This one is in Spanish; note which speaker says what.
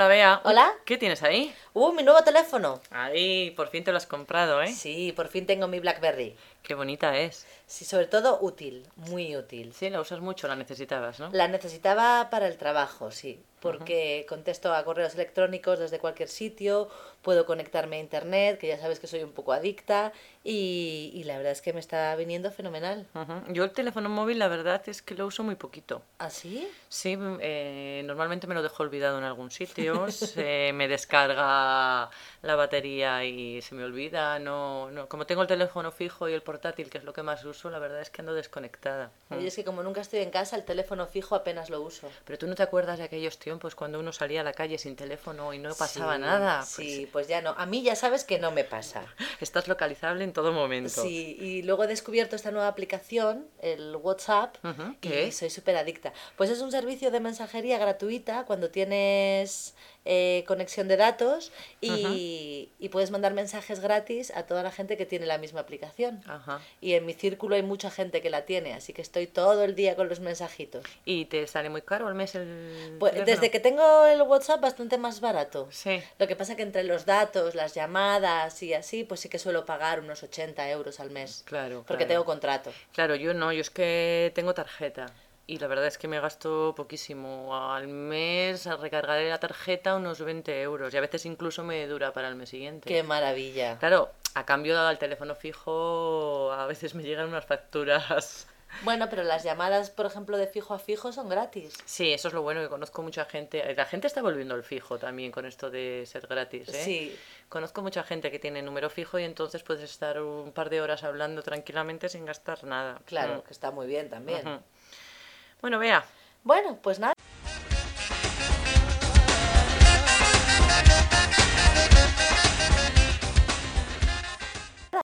Speaker 1: Hola, Bea. Uy,
Speaker 2: ¿Hola?
Speaker 1: ¿qué tienes ahí?
Speaker 2: Mi nuevo teléfono.
Speaker 1: Ahí, por fin te lo has comprado, ¿eh?
Speaker 2: Sí, por fin tengo mi BlackBerry.
Speaker 1: Qué bonita es.
Speaker 2: Sí, sobre todo útil, muy útil.
Speaker 1: Sí, la usas mucho, la necesitabas, ¿no?
Speaker 2: La necesitaba para el trabajo, sí,
Speaker 1: Ujú.
Speaker 2: porque contesto a correos electrónicos desde cualquier sitio, puedo conectarme a internet, que ya sabes que soy un poco adicta, y la verdad es que me está viniendo fenomenal.
Speaker 1: Ujú. Yo el teléfono móvil, la verdad es que lo uso muy poquito.
Speaker 2: ¿Ah, sí?
Speaker 1: Sí, normalmente me lo dejo olvidado en algún sitio, se me descarga la batería y se me olvida. No. Como tengo el teléfono fijo y el portátil, que es lo que más uso, la verdad es que ando desconectada.
Speaker 2: Oye, es que como nunca estoy en casa, el teléfono fijo apenas lo uso.
Speaker 1: Pero tú no te acuerdas de aquellos tiempos cuando uno salía a la calle sin teléfono y no pasaba
Speaker 2: Sí,
Speaker 1: nada. Pues
Speaker 2: sí, pues ya no. A mí ya sabes que no me pasa.
Speaker 1: estás localizable en todo momento.
Speaker 2: Sí, y luego he descubierto esta nueva aplicación, el WhatsApp,
Speaker 1: Ujú. ¿Qué
Speaker 2: y
Speaker 1: es?
Speaker 2: soy súper adicta. Pues es un servicio de mensajería gratuita cuando tienes conexión de datos
Speaker 1: Ujú.
Speaker 2: y puedes mandar mensajes gratis a toda la gente que tiene la misma aplicación.
Speaker 1: Ajá.
Speaker 2: Y en mi círculo hay mucha gente que la tiene, así que estoy todo el día con los mensajitos.
Speaker 1: ¿Y te sale muy caro al mes el
Speaker 2: Pues
Speaker 1: teléfono?
Speaker 2: desde que tengo el WhatsApp bastante más barato.
Speaker 1: Sí.
Speaker 2: Lo que pasa que entre los datos, las llamadas y así, pues sí que suelo pagar unos 80 euros al mes.
Speaker 1: Claro,
Speaker 2: Porque
Speaker 1: claro.
Speaker 2: tengo contrato.
Speaker 1: Claro, yo no, yo es que tengo tarjeta. Y la verdad es que me gasto poquísimo. Al mes recargaré la tarjeta unos 20 euros. Y a veces incluso me dura para el mes siguiente.
Speaker 2: Qué maravilla.
Speaker 1: Claro, a cambio al teléfono fijo a veces me llegan unas facturas.
Speaker 2: Bueno, pero las llamadas, por ejemplo, de fijo a fijo son gratis.
Speaker 1: Sí, eso es lo bueno, que conozco mucha gente. La gente está volviendo al fijo también con esto de ser gratis, ¿eh?
Speaker 2: Sí,
Speaker 1: Conozco mucha gente que tiene número fijo y entonces puedes estar un par de horas hablando tranquilamente sin gastar nada.
Speaker 2: claro, que está muy bien también.
Speaker 1: Ujú. Bueno, vea,
Speaker 2: Bueno, pues nada.